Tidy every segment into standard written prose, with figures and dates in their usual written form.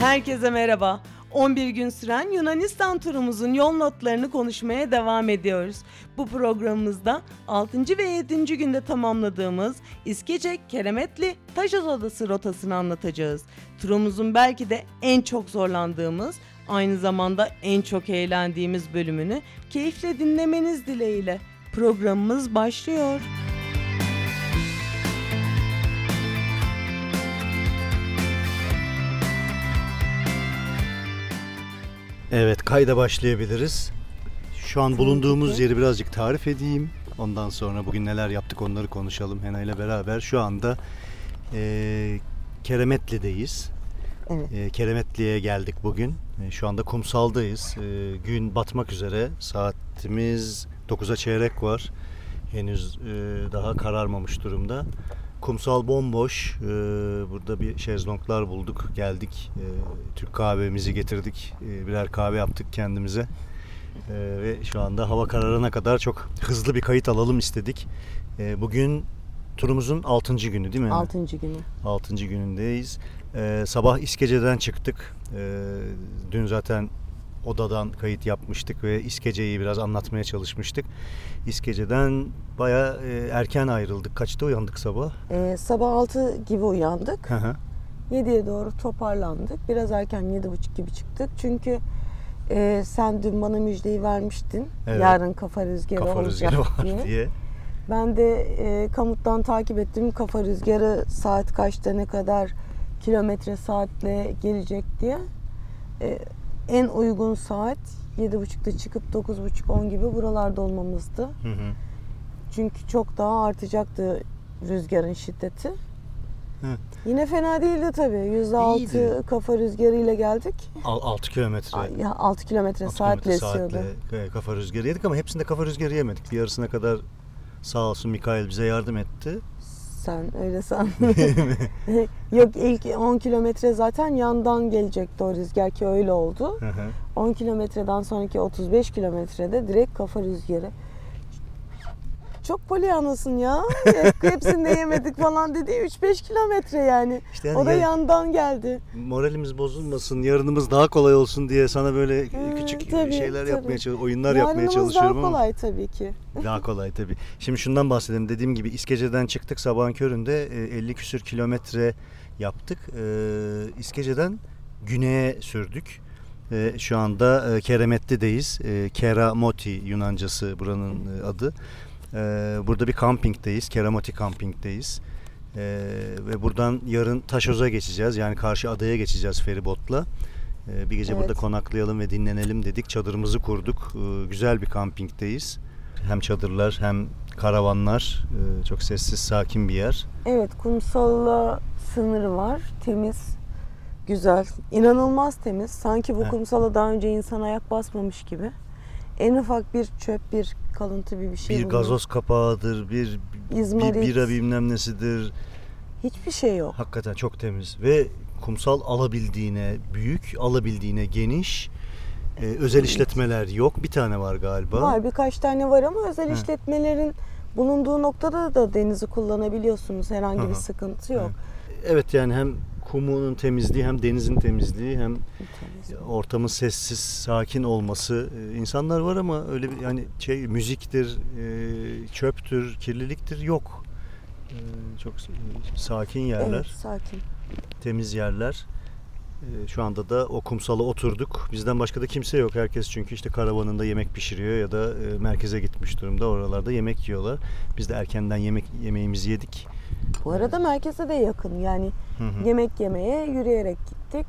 Herkese merhaba. 11 gün süren Yunanistan turumuzun yol notlarını konuşmaya devam ediyoruz. Bu programımızda 6. ve 7. günde tamamladığımız İskecek, Keremetli, Taşoz Adası rotasını anlatacağız. Turumuzun belki de en çok zorlandığımız, aynı zamanda en çok eğlendiğimiz bölümünü keyifle dinlemeniz dileğiyle. Programımız başlıyor. Evet, kayda başlayabiliriz. Şu an bulunduğumuz yeri birazcık tarif edeyim. Ondan sonra bugün neler yaptık onları konuşalım Hena ile beraber. Şu anda Keremetli'deyiz. Evet. Keremetli'ye geldik bugün. Şu anda kumsaldayız. Gün batmak üzere. Saatimiz 9'a çeyrek var. Henüz daha kararmamış durumda. Kumsal bomboş. Burada bir şezlonglar bulduk. Geldik. Türk kahvemizi getirdik. Birer kahve yaptık kendimize. Ve şu anda hava kararana kadar çok hızlı bir kayıt alalım istedik. Bugün turumuzun 6. günü değil mi? 6. günü. 6. günündeyiz. Sabah İskece'den çıktık. Dün zaten odadan kayıt yapmıştık ve İskece'yi biraz anlatmaya çalışmıştık. İskece'den bayağı erken ayrıldık. Kaçta uyandık sabah? Sabah 6 gibi uyandık. Hı hı. 7'ye doğru toparlandık. Biraz erken 7.30 gibi çıktık. Çünkü sen dün bana müjdeyi vermiştin. Evet. Yarın kafa rüzgarı Kafa olacak rüzgarı var diye. Ben de Kamut'tan takip ettim. Kafa rüzgarı saat kaçta, ne kadar kilometre saatle gelecek diye. En uygun saat 7.30'da çıkıp 9.30-10 gibi buralarda olmamızdı. Hı hı. Çünkü çok daha artacaktı rüzgarın şiddeti. Hı. Yine fena değildi tabii. %6 İyiydi. kafa rüzgarıyla geldik. 6 kilometre. 6 kilometre saatle esiyordu. Kafa rüzgarı yedik ama hepsinde kafa rüzgarı yemedik. Bir yarısına kadar sağ olsun Mikail bize yardım etti. Sen öyle san. Yok, ilk 10 kilometre zaten yandan gelecekti o rüzgar ki öyle oldu. 10 kilometreden sonraki 35 kilometrede direkt kafa rüzgarı. Çok polyanlısın ya. Hepsini de yemedik falan dedi. 3-5 kilometre yani. İşte yani o da yandan geldi. Moralimiz bozulmasın, yarınımız daha kolay olsun diye sana böyle küçük şeyler yapmaya oyunlar yapmaya çalışıyorum ama. Daha kolay tabii ki. Daha kolay tabii. Şimdi şundan bahsedelim. Dediğim gibi İskece'den çıktık sabahın köründe 50 küsür kilometre yaptık. İskece'den güneye sürdük. Şu anda Keremetli'deyiz. Keramoti Yunancası buranın adı. Burada bir kampingdeyiz. Keramoti kampingdeyiz. Ve buradan yarın Taşoz'a geçeceğiz. Yani karşı adaya geçeceğiz feribotla. Bir gece burada konaklayalım ve dinlenelim dedik. Çadırımızı kurduk. Güzel bir kampingdeyiz. Hem çadırlar hem karavanlar. Çok sessiz, sakin bir yer. Evet, kumsalla sınırı var. Temiz, güzel, inanılmaz temiz. Sanki bu kumsala daha önce insan ayak basmamış gibi. En ufak bir çöp, bir kalıntı bir şey Bir gazoz kapağıdır, bir bira bilmem nesidir. Hiçbir şey yok. Hakikaten çok temiz ve kumsal alabildiğine büyük, alabildiğine geniş. Özel işletmeler yok. Bir tane var galiba. Var, birkaç tane var ama özel işletmelerin bulunduğu noktada da denizi kullanabiliyorsunuz. Herhangi bir sıkıntı yok. Evet, yani hem kumunun temizliği hem denizin temizliği hem ortamın sessiz, sakin olması. İnsanlar var ama öyle bir yani müziktir, çöptür, kirliliktir yok. Çok sakin yerler. Evet, sakin. Temiz yerler. Şu anda da o kumsala oturduk. Bizden başka da kimse yok. Herkes çünkü işte karavanında yemek pişiriyor ya da merkeze gitmiş durumda. Oralarda yemek yiyorlar. Biz de erkenden yemeğimizi yedik. Bu arada merkeze de yakın. Yani yemek yemeye yürüyerek gittik.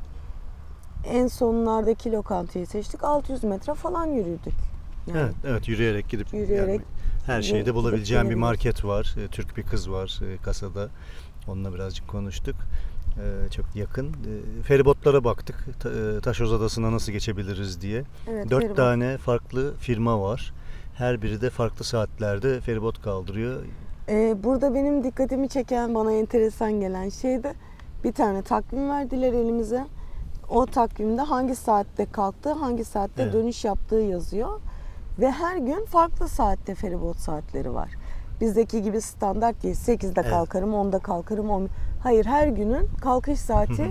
En sonlardaki lokantayı seçtik. 600 metre falan yürüdük. Yani Evet, yürüyerek gidip yürüyerek her şeyde bulabileceğim bir market var. Türk bir kız var kasada. Onunla birazcık konuştuk. Çok yakın. Feribotlara baktık. Taşoz Adası'na nasıl geçebiliriz diye. Evet, 4 tane farklı firma var. Her biri de farklı saatlerde feribot kaldırıyor. Burada benim dikkatimi çeken, bana enteresan gelen şey de bir tane takvim verdiler elimize. O takvimde hangi saatte kalktığı, hangi saatte dönüş yaptığı yazıyor. Ve her gün farklı saatte feribot saatleri var. Bizdeki gibi standart değil. 8'de kalkarım, 10'da kalkarım. Hayır, her günün kalkış saati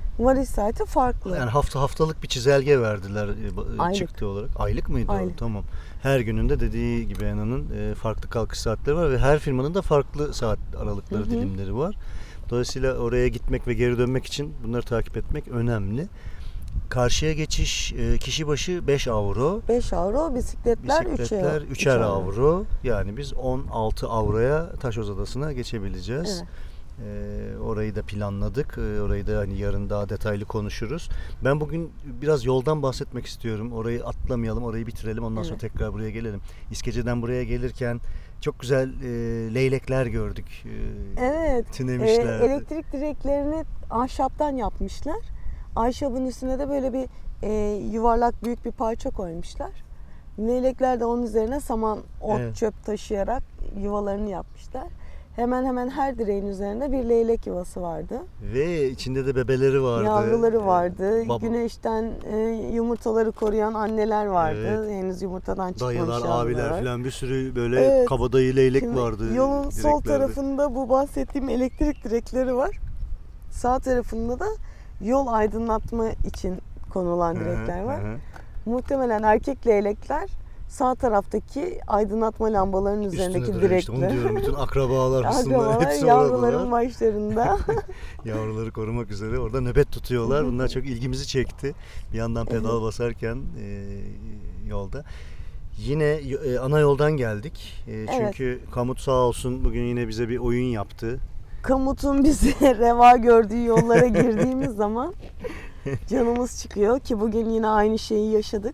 Varış saati farklı. Yani haftalık bir çizelge verdiler Aylık. çıktı olarak. Aylık mıydı Aylık. o? Tamam. Her gününde dediği gibi Ena'nın farklı kalkış saatleri var ve her firmanın da farklı saat aralıkları, dilimleri var. Dolayısıyla oraya gitmek ve geri dönmek için bunları takip etmek önemli. Karşıya geçiş kişi başı 5 avro. 5 avro, bisikletler 3'er avro. Yani biz 16 avroya Taşoz Adası'na geçebileceğiz. Evet. Orayı da planladık. Orayı da hani yarın daha detaylı konuşuruz. Ben bugün biraz yoldan bahsetmek istiyorum. Orayı atlamayalım, orayı bitirelim. Ondan sonra tekrar buraya gelelim. İskeçe'den buraya gelirken çok güzel leylekler gördük. Evet. Tünemişlerdi. Elektrik direklerini ahşaptan yapmışlar. Ahşabın üstüne de böyle bir yuvarlak büyük bir parça koymuşlar. Leylekler de onun üzerine saman, ot, çöp taşıyarak yuvalarını yapmışlar. Hemen hemen her direğin üzerinde bir leylek yuvası vardı. Ve içinde de bebeleri vardı. Yavruları vardı. Güneşten yumurtaları koruyan anneler vardı. Evet. Henüz yumurtadan çıkmamış Dayılar, yavrular. abiler falan bir sürü böyle kabadayı leylek Şimdi vardı. yolun sol direklerde. tarafında bu bahsettiğim elektrik direkleri var. Sağ tarafında da yol aydınlatma için konulan direkler var. Muhtemelen erkek leylekler sağ taraftaki aydınlatma lambalarının üzerindeki Üstüne duruyor işte, onu direkler. diyorum. Bütün akrabalar aslında Akrabalar hepsi yavruların oradalar. başlarında. Yavruları korumak üzere orada nöbet tutuyorlar. Bunlar çok ilgimizi çekti. Bir yandan pedal basarken yolda. Yine ana yoldan geldik. Çünkü Kamut sağ olsun bugün yine bize bir oyun yaptı. Kamut'un bize reva gördüğü yollara girdiğimiz zaman canımız çıkıyor ki bugün yine aynı şeyi yaşadık.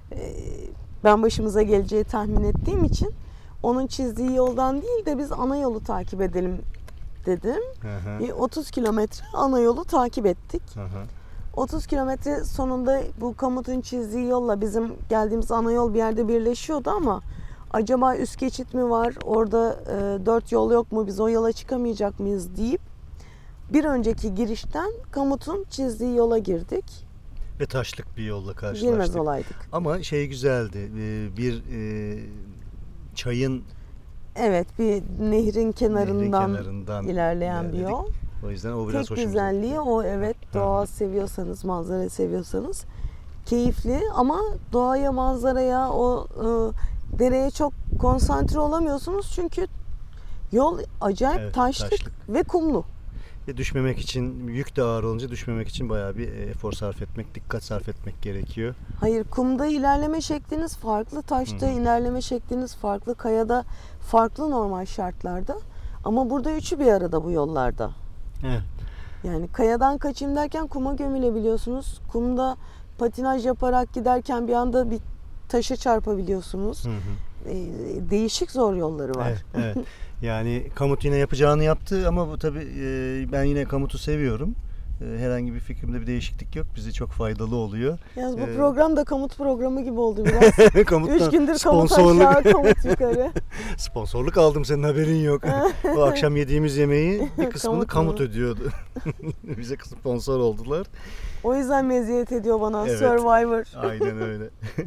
Ben başımıza geleceği tahmin ettiğim için onun çizdiği yoldan değil de biz ana yolu takip edelim dedim. Hı hı. 30 kilometre ana yolu takip ettik. Hı hı. 30 kilometre sonunda bu Kamut'un çizdiği yolla bizim geldiğimiz ana yol bir yerde birleşiyordu ama acaba üst geçit mi var, orada 4 yol yok mu, biz o yola çıkamayacak mıyız deyip bir önceki girişten Kamut'un çizdiği yola girdik. Ve taşlık bir yolla karşılaştık. Girmez olaydık. Ama şey güzeldi. Bir çayın Evet, bir nehrin kenarından ilerledik. ilerleyen bir yol. O yüzden o biraz Tek hoşumuza güzelliği gitti. o, evet, doğa seviyorsanız, manzara seviyorsanız keyifli ama doğaya, manzaraya, o dereye çok konsantre olamıyorsunuz çünkü yol acayip taşlık ve kumlu. Düşmemek için, yük de ağır olunca düşmemek için bayağı bir efor sarf etmek, dikkat sarf etmek gerekiyor. Hayır, kumda ilerleme şekliniz farklı, taşta ilerleme şekliniz farklı, kayada farklı normal şartlarda. Ama burada üçü bir arada bu yollarda. Evet. Yani kayadan kaçayım derken kuma gömülebiliyorsunuz. Kumda patinaj yaparak giderken bir anda bir taşa çarpabiliyorsunuz. Değişik zor yolları var. Evet, evet. Yani Kamut yine yapacağını yaptı ama bu tabii ben yine Kamut'u seviyorum. Herhangi bir fikrimde bir değişiklik yok. Bize çok faydalı oluyor. Yalnız bu program da Kamut programı gibi oldu biraz. 3 gündür Kamut aşağı, Kamut yukarı. Sponsorluk aldım, senin haberin yok. O akşam yediğimiz yemeği bir kısmını Kamut ödüyordu. Bize sponsor oldular. O yüzden meziyet ediyor bana, evet, Survivor. Aynen öyle.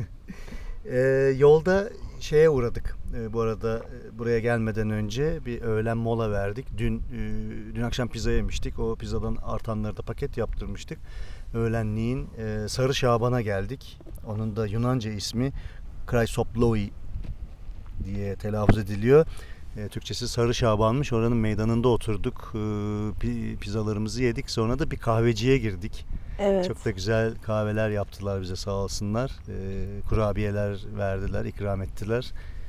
Yolda şeye uğradık. Bu arada buraya gelmeden önce bir öğlen mola verdik. Dün akşam pizza yemiştik. O pizzadan artanları da paket yaptırmıştık. Öğlenliğin Sarı Şaban'a geldik. Onun da Yunanca ismi Chrysoploi diye telaffuz ediliyor. Türkçesi Sarı Şaban'mış. Oranın meydanında oturduk. Pizzalarımızı yedik. Sonra da bir kahveciye girdik. Evet. Çok da güzel kahveler yaptılar bize, sağ olsunlar. Kurabiyeler verdiler, ikram ettiler.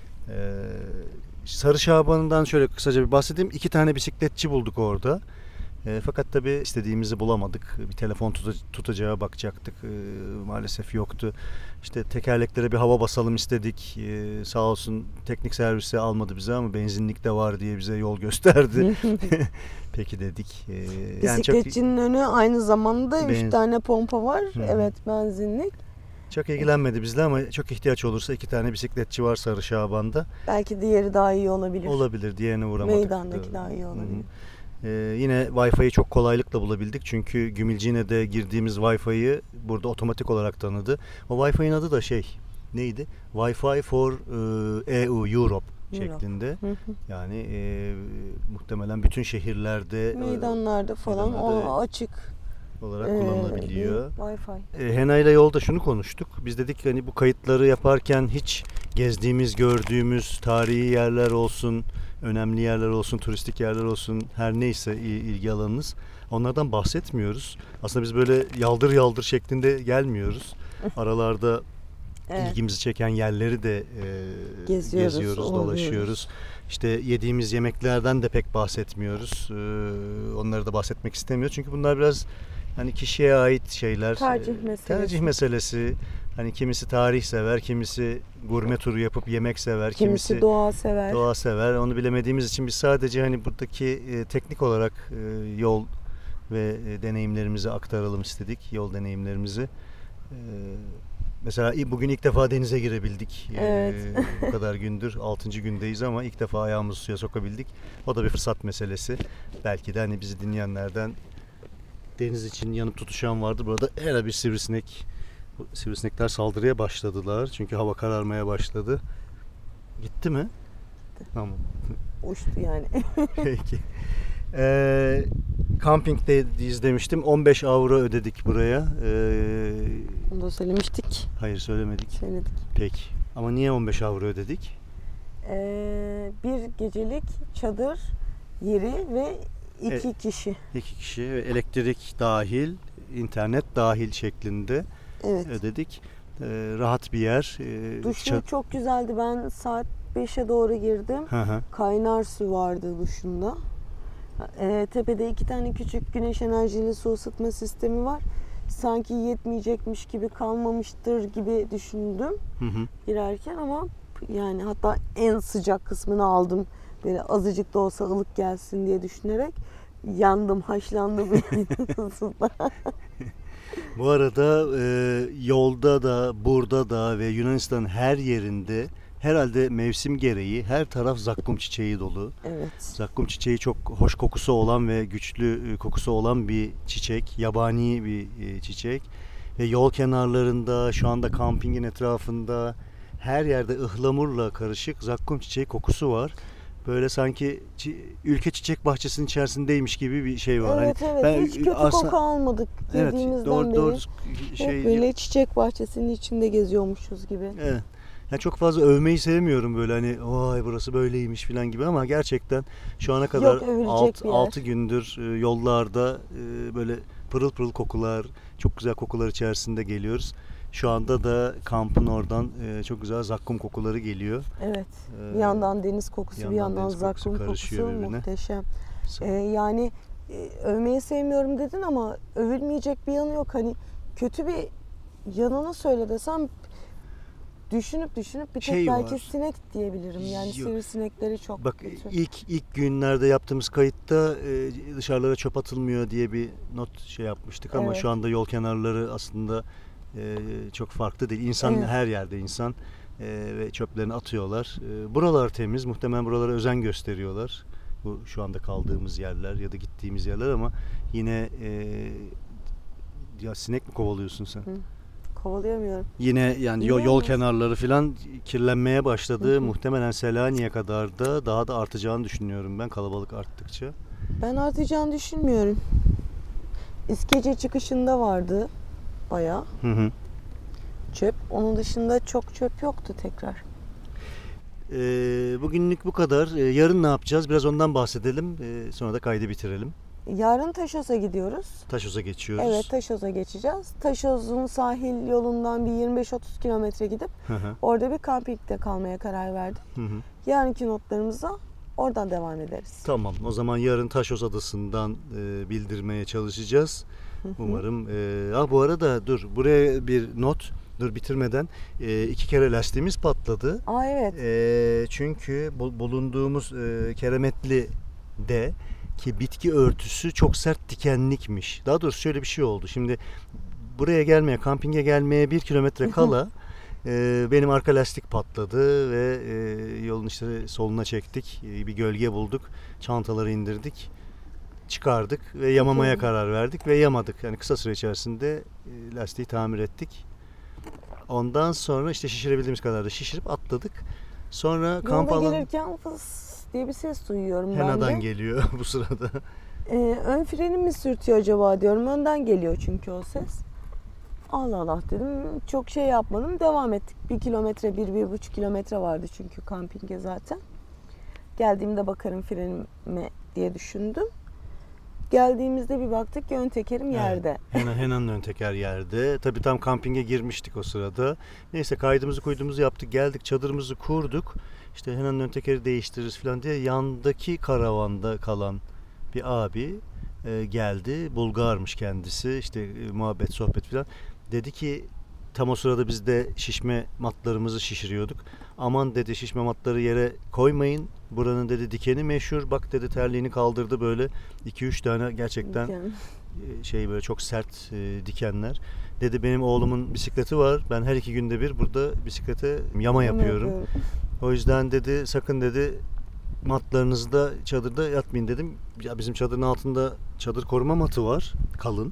Sarı Şaban'dan şöyle kısaca bir bahsedeyim. 2 tane bisikletçi bulduk orada. Fakat tabii istediğimizi bulamadık. Bir telefon tutacağı bakacaktık. Maalesef yoktu. İşte tekerleklere bir hava basalım istedik. Sağ olsun teknik servise almadı bize ama benzinlik de var diye bize yol gösterdi. Peki dedik. Bisikletçinin önü aynı zamanda 3 tane pompa var. Evet, benzinlik. Çok ilgilenmedi bizle ama çok ihtiyaç olursa 2 tane bisikletçi var Sarı Şaban'da. Belki diğeri daha iyi olabilir. Olabilir, diğerine uğramadık. Meydandaki daha iyi olabilir. Yine Wi-Fi'yi çok kolaylıkla bulabildik. Çünkü Gümülcine'de girdiğimiz Wi-Fi'yi burada otomatik olarak tanıdı. O Wi-Fi'nin adı da neydi? Wi-Fi for EU, Europe şeklinde. Yani muhtemelen bütün şehirlerde, meydanlarda falan o açık. olarak kullanılabiliyor. Wi-Fi. Hena ile yolda şunu konuştuk. Biz dedik ki hani bu kayıtları yaparken hiç gezdiğimiz, gördüğümüz tarihi yerler olsun, önemli yerler olsun, turistik yerler olsun, her neyse ilgi alanınız, onlardan bahsetmiyoruz. Aslında biz böyle yaldır yaldır şeklinde gelmiyoruz. Aralarda ilgimizi çeken yerleri de geziyoruz, dolaşıyoruz. İşte yediğimiz yemeklerden de pek bahsetmiyoruz. Onları da bahsetmek istemiyoruz. Çünkü bunlar biraz hani kişiye ait şeyler. Tercih meselesi. Hani kimisi tarih sever, kimisi gurme turu yapıp yemek sever, kimisi doğa sever. Doğa sever. Onu bilemediğimiz için biz sadece hani buradaki teknik olarak yol ve deneyimlerimizi aktaralım istedik. Yol deneyimlerimizi. Mesela bugün ilk defa denize girebildik. Evet. Bu kadar gündür 6. gündeyiz ama ilk defa ayağımızı suya sokabildik. O da bir fırsat meselesi. Belki de hani bizi dinleyenlerden deniz için yanıp tutuşan vardır. Burada her bir sivrisinek. Sivrisinekler saldırıya başladılar. Çünkü hava kararmaya başladı. Gitti mi? Gitti. Tamam. Uçtu yani. Peki. Camping'deyiz demiştim. 15 avro ödedik buraya. Onu da söylemiştik. Hayır söylemedik. Söyledik. Peki. Ama niye 15 avro ödedik? Bir gecelik çadır yeri ve 2 kişi. 2 kişi ve elektrik dahil, internet dahil şeklinde ödedik. Rahat bir yer. Duşu çok güzeldi. Ben saat 5'e doğru girdim. Kaynar su vardı duşunda. Tepede 2 tane küçük güneş enerjili su ısıtma sistemi var. Sanki yetmeyecekmiş gibi, kalmamıştır gibi düşündüm girerken ama yani hatta en sıcak kısmını aldım. Böyle azıcık da olsa ılık gelsin diye düşünerek yandım, haşlandım. Bu arada yolda da, burada da ve Yunanistan'ın her yerinde herhalde mevsim gereği her taraf zakkum çiçeği dolu. Evet. Zakkum çiçeği çok hoş kokusu olan ve güçlü kokusu olan bir çiçek. Yabani bir çiçek. Ve yol kenarlarında, şu anda kampingin etrafında her yerde ıhlamurla karışık zakkum çiçeği kokusu var. Böyle sanki ülke çiçek bahçesinin içerisindeymiş gibi bir şey var. Evet, hani evet. Hiç kötü koku almadık girdiğimizden beri. Doğru Hep böyle çiçek bahçesinin içinde geziyormuşuz gibi. Evet. Yani çok fazla övmeyi sevmiyorum böyle hani vay burası böyleymiş falan gibi ama gerçekten şu ana kadar 6 gündür yollarda böyle pırıl pırıl kokular, çok güzel kokular içerisinde geliyoruz. Şu anda da kampın oradan çok güzel zakkum kokuları geliyor. Evet. Bir yandan deniz kokusu, bir yandan zakkum kokusu muhteşem. Yani övmeyi sevmiyorum dedin ama övülmeyecek bir yanı yok. Hani kötü bir yanını söyle desem düşünüp bir tek belki var. Sinek diyebilirim. Yani sivrisinekleri çok kötü. İlk günlerde yaptığımız kayıtta dışarılara çöp atılmıyor diye bir not yapmıştık ama şu anda yol kenarları aslında çok farklı değil. İnsan her yerde insan ve çöplerini atıyorlar. Buralar temiz. Muhtemelen buralara özen gösteriyorlar. Bu şu anda kaldığımız yerler ya da gittiğimiz yerler ama yine ya sinek mi kovalıyorsun sen? Kovalayamıyorum. Yine yani yol kenarları falan kirlenmeye başladı. Muhtemelen Selanik'e kadar da daha da artacağını düşünüyorum ben kalabalık arttıkça. Ben artacağını düşünmüyorum. İskece çıkışında vardı bayağı. Çöp. Onun dışında çok çöp yoktu tekrar. Bugünlük bu kadar. Yarın ne yapacağız? Biraz ondan bahsedelim. Sonra da kaydı bitirelim. Yarın Taşos'a gidiyoruz. Taşos'a geçiyoruz. Evet, Taşos'a geçeceğiz. Taşos'un sahil yolundan bir 25-30 kilometre gidip orada bir kampingde kalmaya karar verdik. Yarınki notlarımıza oradan devam ederiz. Tamam. O zaman yarın Taşos Adası'ndan bildirmeye çalışacağız. Umarım. Bu arada dur. Buraya bir not. Dur bitirmeden 2 kere lastiğimiz patladı. Evet. Çünkü bulunduğumuz Keremetli'de ki bitki örtüsü çok sert dikenlikmiş. Daha doğrusu şöyle bir şey oldu. Şimdi buraya gelmeye, kampinge gelmeye 1 kilometre kala benim arka lastik patladı ve yolun işte soluna çektik. Bir gölge bulduk. Çantaları indirdik. Çıkardık ve yamamaya karar verdik ve yamadık. Yani kısa süre içerisinde lastiği tamir ettik. Ondan sonra işte şişirebildiğimiz kadar da şişirip atladık. Sonra kamp alanı... gelirken fıs diye bir ses duyuyorum ben de. Hena'dan geliyor bu sırada. Ön freni mi sürtüyor acaba diyorum. Önden geliyor çünkü o ses. Allah Allah dedim. Çok şey yapmadım. Devam ettik. 1 kilometre, 1,5 kilometre vardı çünkü kampinge zaten. Geldiğimde bakarım frenime diye düşündüm. Geldiğimizde bir baktık ki ön tekerim yerde. Hemen ön teker yerde. Tabii tam kampinge girmiştik o sırada. Neyse kaydımızı yaptık. Geldik, çadırımızı kurduk. İşte hemen ön tekeri değiştiririz falan diye yandaki karavanda kalan bir abi geldi. Bulgarmış kendisi. İşte muhabbet, sohbet falan. Dedi ki tam o sırada biz de şişme matlarımızı şişiriyorduk. Aman dedi, şişme matları yere koymayın. Buranın dedi dikeni meşhur. Bak dedi, terliğini kaldırdı böyle 2-3 tane gerçekten böyle çok sert dikenler. Dedi benim oğlumun bisikleti var. Ben her 2 günde bir burada bisiklete yama yapıyorum. O yüzden dedi sakın dedi matlarınızda çadırda yatmayın dedim. Ya bizim çadırın altında çadır koruma matı var, kalın.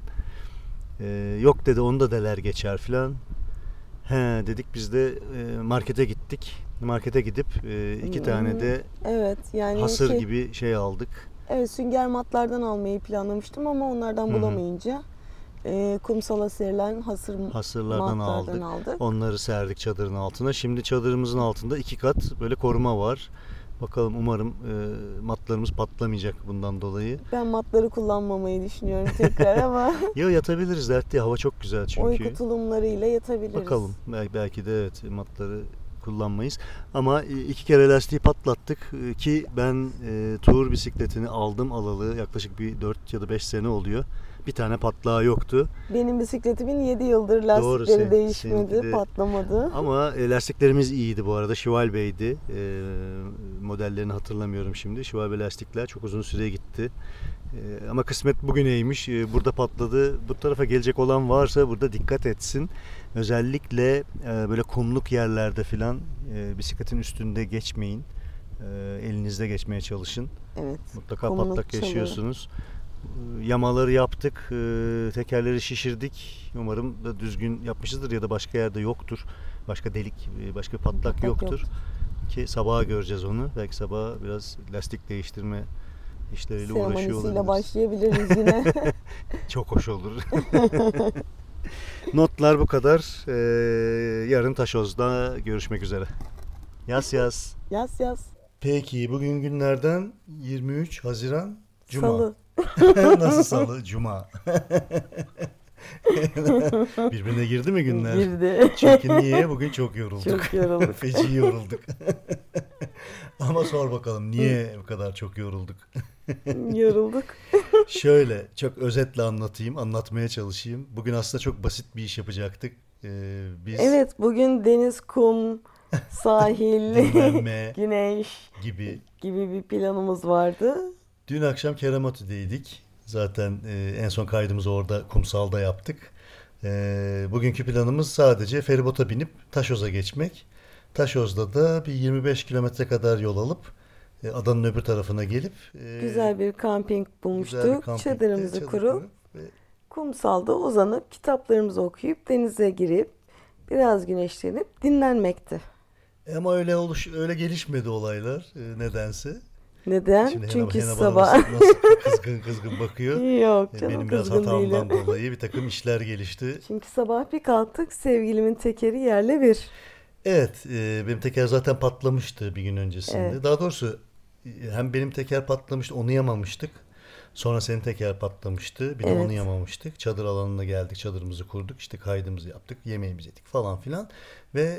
Yok dedi, onu da deler geçer filan. He dedik, biz de markete gittik. Markete gidip 2 tane de evet, yani hasır gibi şey aldık. Evet, sünger matlardan almayı planlamıştım ama onlardan bulamayınca kumsala serilen hasırlardan matlardan aldık. Onları serdik çadırın altına. Şimdi çadırımızın altında 2 kat böyle koruma var. Bakalım, umarım matlarımız patlamayacak bundan dolayı. Ben matları kullanmamayı düşünüyorum tekrar ama. Ya yatabiliriz, dert değil. Hava çok güzel çünkü. Uyku tulumlarıyla yatabiliriz. Bakalım. Belki de evet, matları kullanmayız. Ama 2 kere lastiği patlattık ki ben tur bisikletini aldım alalı yaklaşık bir 4 ya da 5 sene oluyor. Bir tane patlağı yoktu. Benim bisikletimin 7 yıldır lastikleri değişmedi, patlamadı. Ama lastiklerimiz iyiydi bu arada. Schwalbe'ydi. Modellerini hatırlamıyorum şimdi. Schwalbe lastikler çok uzun süre gitti. Ama kısmet bugüneymiş. Burada patladı. Bu tarafa gelecek olan varsa burada dikkat etsin. Özellikle böyle kumluk yerlerde filan bisikletin üstünde geçmeyin. Elinizde geçmeye çalışın. Evet. Mutlaka patlak yaşıyorsunuz. Yamaları yaptık, tekerleri şişirdik. Umarım da düzgün yapmışızdır ya da başka yerde yoktur. Başka delik, başka patlak yoktur. Ki sabaha göreceğiz onu. Belki sabah biraz lastik değiştirme işleriyle uğraşıyor olabiliriz. Başlayabiliriz yine. Çok hoş olur. Notlar bu kadar. Yarın Taşoz'da görüşmek üzere. Yaz. Yaz. Peki, bugün günlerden 23 Haziran Cuma. Salı. Nasıl salı? Cuma. Birbirine girdi mi günler? Girdi. Çünkü niye? Bugün çok yorulduk. Çok yorulduk. Feci yorulduk. Ama sor bakalım, niye bu kadar çok yorulduk? Yorulduk. Şöyle çok özetle anlatmaya çalışayım. Bugün aslında çok basit bir iş yapacaktık. Biz evet, bugün deniz, kum, sahil, dinlenme, güneş gibi bir planımız vardı. Dün akşam Keramati'deydik. Zaten en son kaydımızı orada kumsalda yaptık. Bugünkü planımız sadece feribota binip Taşoz'a geçmek. Taşoz'da da bir 25 kilometre kadar yol alıp adanın öbür tarafına gelip güzel bir kamping bulmuştuk. Çadırımızı kurup ve kumsalda uzanıp kitaplarımızı okuyup denize girip biraz güneşlenip dinlenmekti. ama öyle gelişmedi olaylar nedense. Neden? Şimdi Çünkü Hena sabah nasıl kızgın bakıyor. yok canım, Benim biraz kızgın hatamdan değilim. dolayı bir takım işler gelişti. Çünkü sabah bir kalktık, sevgilimin tekeri yerle bir. Evet, benim teker zaten patlamıştı bir gün öncesinde. Evet. Daha doğrusu hem benim teker patlamıştı, onu yamamıştık. Sonra senin teker patlamıştı, bir de Evet. onu yamamıştık. Çadır alanına geldik, çadırımızı kurduk, işte kaydımızı yaptık, yemeğimizi yedik falan filan. Ve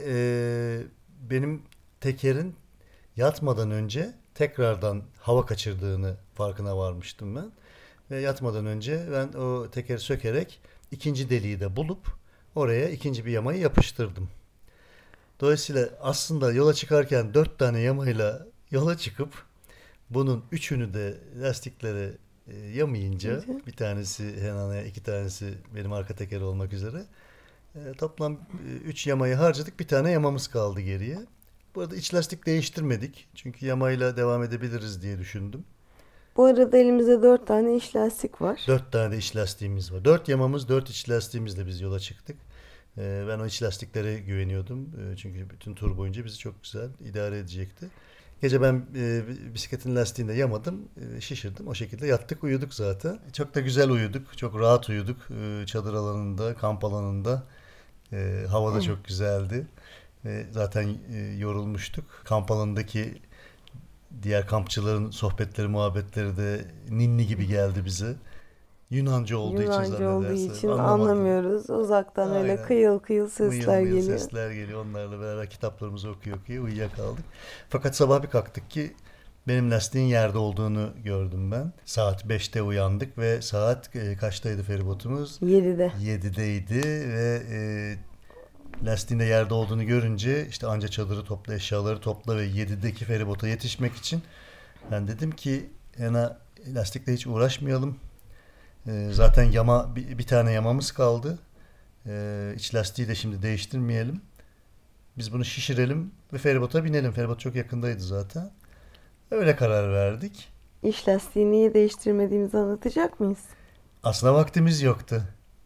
benim tekerin yatmadan önce tekrardan hava kaçırdığını farkına varmıştım ben. Ve yatmadan önce ben o tekeri sökerek ikinci deliği de bulup oraya ikinci bir yamayı yapıştırdım. Dolayısıyla aslında yola çıkarken 4 tane yamayla yola çıkıp bunun 3'ünü de lastiklere yamayınca, bir tanesi Hena'ya, 2 tanesi benim arka teker olmak üzere toplam 3 yamayı harcadık. Bir tane yamamız kaldı geriye. Bu arada iç lastik değiştirmedik. Çünkü yamayla devam edebiliriz diye düşündüm. Bu arada elimizde 4 tane iç lastik var. 4 tane de iç lastiğimiz var. 4 yamamız, 4 iç lastiğimizle biz yola çıktık. Ben o iç lastiklere güveniyordum. Çünkü bütün tur boyunca bizi çok güzel idare edecekti. Gece ben bisikletin lastiğinde yamadım, şişirdim. O şekilde yattık, uyuduk zaten. Çok da güzel uyuduk, çok rahat uyuduk. Çadır alanında, kamp alanında. Hava da çok güzeldi. Zaten yorulmuştuk. Kamp alanındaki diğer kampçıların sohbetleri, muhabbetleri de ninni gibi geldi bize. Yunanca olduğu için Yunanca olduğu zannedersem. için Anlamadım. anlamıyoruz. Uzaktan öyle Aynen. kıyıl kıyıl sesler Mıyıl mıyıl geliyor. sesler geliyor. Onlarla beraber kitaplarımızı okuyor uyuyakaldık. Fakat sabah bir kalktık ki benim lastiğin yerde olduğunu gördüm ben. Saat 5'te uyandık ve saat kaçtaydı feribotumuz? 7'de. 7'deydi ve lastiğin de yerde olduğunu görünce işte anca çadırı topla, eşyaları topla ve 7'deki feribota yetişmek için ben dedim ki lastikle hiç uğraşmayalım. Zaten bir tane yamamız kaldı. İç lastiği de şimdi değiştirmeyelim. Biz bunu şişirelim ve feribota binelim. Feribot çok yakındaydı zaten. Öyle karar verdik. İş lastiği niye değiştirmediğimizi anlatacak mıyız? Aslında vaktimiz yoktu.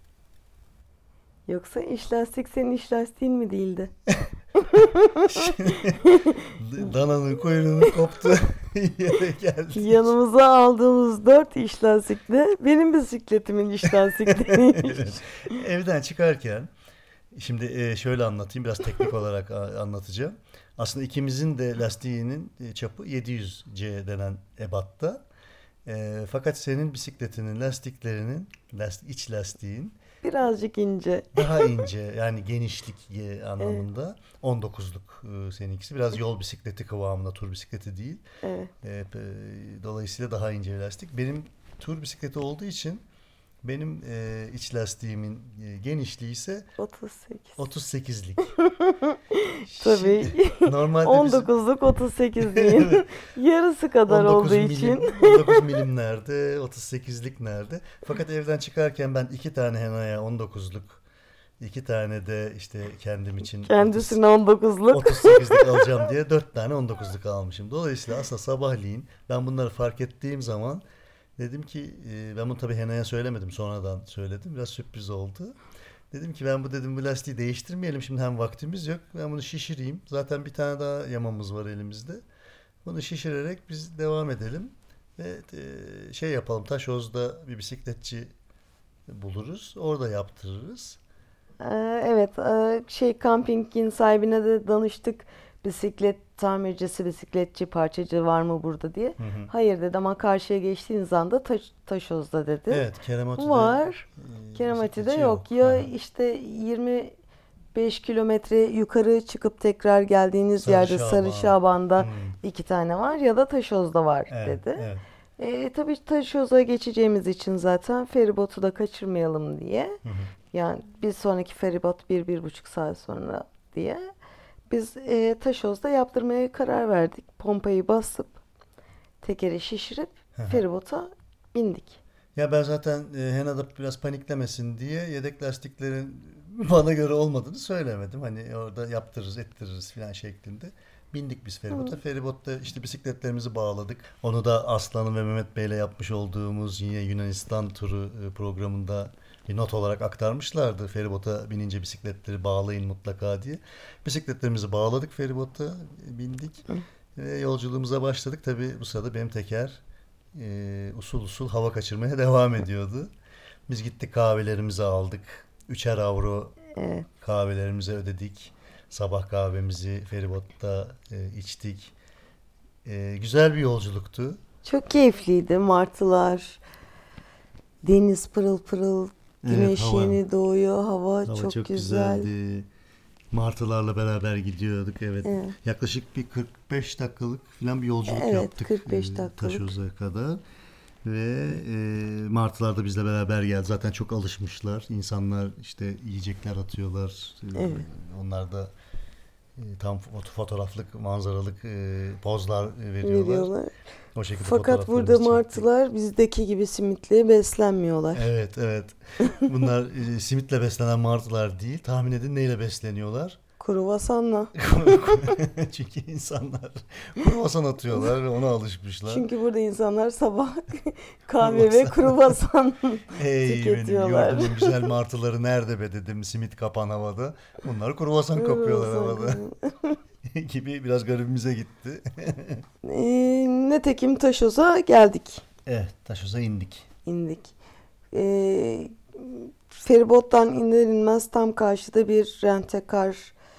Yoksa iş lastik senin iş lastiğin mi değildi? Dananın kuyruğunu koptu. Yere geldi. Yanımıza aldığımız 4 iş lastikle benim bisikletimin iş lastikleriymiş. Evet. Evden çıkarken şimdi şöyle anlatayım, biraz teknik olarak anlatacağım. Aslında ikimizin de lastiğinin çapı 700C denen ebatta. Fakat senin bisikletinin lastiklerinin iç lastiğin Birazcık ince. daha ince, yani genişlik anlamında 19'luk seninkisi. Biraz yol bisikleti kıvamında, tur bisikleti değil. Evet. Dolayısıyla daha ince bir lastik. Benim tur bisikleti olduğu için benim iç lastiğimin genişliği ise 38. 38'lik. Tabii. Normalde 19'luk 38 diyeyim. Evet. Yarısı kadar olduğu için. 19 milim nerede, 38'lik nerede? Fakat evden çıkarken ben 2 tane Hena'ya 19'luk, 2 tane de işte kendim için Kendisine 19'luk. 38'lik alacağım diye 4 tane 19'luk almışım. Dolayısıyla aslında sabahleyin ben bunları fark ettiğim zaman dedim ki ben bunu tabii Hena'ya söylemedim, sonradan söyledim. Biraz sürpriz oldu. Dedim ki bu lastiği değiştirmeyelim, şimdi hem vaktimiz yok. Ben bunu şişireyim. Zaten bir tane daha yamamız var elimizde. Bunu şişirerek biz devam edelim. Ve yapalım, Taşoz'da bir bisikletçi buluruz. Orada yaptırırız. Evet, kampingin sahibine de danıştık. Bisiklet tamircisi, bisikletçi, parçacı var mı burada diye. Hı hı. Hayır dedi ama karşıya geçtiğiniz anda Taşoz'da dedi. Evet, Keremati'de Var. Keremati'de bisikletçi yok. Ya Hı hı. işte 25 kilometre yukarı çıkıp tekrar geldiğiniz yerde Sarı Şaban'da 2 tane var ya da Taşoz'da var Evet, dedi. evet. Tabii Taşoz'a geçeceğimiz için zaten feribotu da kaçırmayalım diye. Hı hı. Yani bir sonraki feribot 1-1,5 saat sonra diye. Biz Taşoz'da yaptırmaya karar verdik. Pompayı basıp tekeri şişirip Hı hı. feribota bindik. Ya ben zaten Hena'da biraz paniklemesin diye yedek lastiklerin bana göre olmadığını söylemedim. Hani orada yaptırırız, ettiririz falan şeklinde. Bindik biz feribota. Feribotta işte bisikletlerimizi bağladık. Onu da Aslan'ın ve Mehmet Bey'le yapmış olduğumuz yine Yunanistan turu programında bir not olarak aktarmışlardı. Feribota binince bisikletleri bağlayın mutlaka diye. Bisikletlerimizi bağladık, feribota bindik. Ve yolculuğumuza başladık. Tabii bu sırada benim teker usul usul hava kaçırmaya devam ediyordu. Biz gittik, kahvelerimizi aldık. 3'er avro Evet. kahvelerimizi ödedik. Sabah kahvemizi feribotta içtik. Güzel bir yolculuktu. Çok keyifliydi. Martılar, deniz pırıl pırıl, güneş hava. yeni doğuyor, hava Hava çok güzel. güzeldi. Martılarla beraber gidiyorduk, evet. Evet. Yaklaşık bir 45 dakikalık falan bir yolculuk Evet, yaptık. 45 dakikalık. Taşoz'a kadar. Ve martılar da bizle beraber geldi. Zaten çok alışmışlar. İnsanlar işte yiyecekler atıyorlar. Evet. Onlar da tam fotoğraflık, manzaralık pozlar veriyorlar. O şekilde Fakat burada fotoğraflarımızı çektik. martılar bizdeki gibi simitle beslenmiyorlar. Evet, evet. Bunlar simitle beslenen martılar değil. Tahmin edin neyle besleniyorlar? Kruvasanla. Çünkü insanlar kruvasan atıyorlar ve ona alışmışlar. Çünkü burada insanlar sabah kahve ve kruvasan Ey benim tüketiyorlar. yurdumun güzel martıları nerede be dedim, simit kapan havada. Bunlar kruvasan kapıyorlar havada. gibi biraz garibimize gitti. Nitekim Taşoz'a geldik, Evet, Taşos'a indik. indik. Feribottan iner inmez tam karşıda bir rent-a-car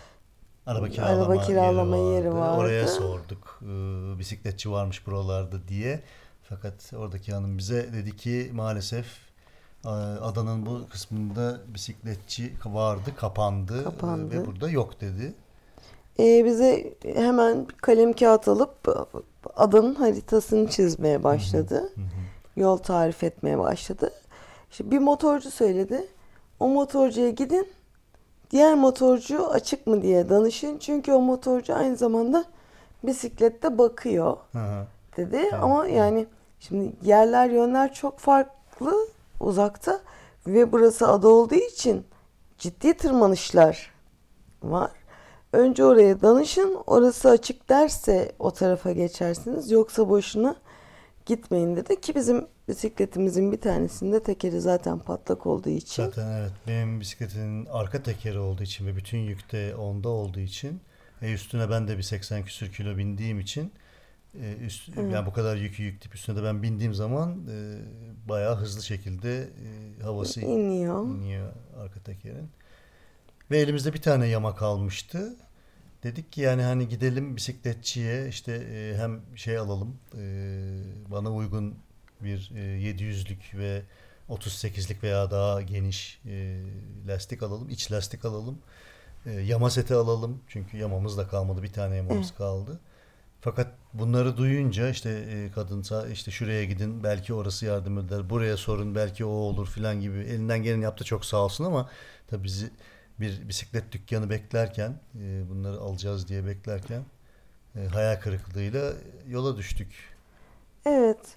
Araba kiralama yeri vardı. Oraya vardı. sorduk. Bisikletçi varmış buralarda diye. Fakat oradaki hanım bize dedi ki maalesef adanın bu kısmında bisikletçi vardı, kapandı. Kapandı. Ve burada yok dedi. Bize hemen kalem kağıt alıp adanın haritasını çizmeye başladı. Hı hı. Yol tarif etmeye başladı. İşte bir motorcu söyledi. O motorcuya gidin. Diğer motorcu açık mı diye danışın. Çünkü o motorcu aynı zamanda bisiklette bakıyor Hı hı. dedi. Evet. Ama yani şimdi yerler yönler çok farklı uzakta ve burası ada olduğu için ciddi tırmanışlar var. Önce oraya danışın. Orası açık derse o tarafa geçersiniz. Yoksa boşuna gitmeyin dedi ki bizim bisikletimizin bir tanesinde tekeri zaten patlak olduğu için. Zaten evet, benim bisikletimin arka tekeri olduğu için ve bütün yük de onda olduğu için üstüne ben de bir 80 küsür kilo bindiğim için yani bu kadar yükü yükleyip üstüne de ben bindiğim zaman bayağı hızlı şekilde havası iniyor arka tekerin. Ve elimizde bir tane yama kalmıştı. Dedik ki yani hani gidelim bisikletçiye işte hem şey alalım, bana uygun bir 700'lük ve 38'lik veya daha geniş lastik alalım, iç lastik alalım. Yama seti alalım çünkü yamamız da kalmadı, bir tane yamamız kaldı. Fakat bunları duyunca işte kadınsa işte şuraya gidin belki orası yardım eder, buraya sorun belki o olur filan gibi elinden geleni yaptı, çok sağ olsun, ama tabii bizi bir bisiklet dükkanı beklerken bunları alacağız diye beklerken hayal kırıklığıyla yola düştük. Evet.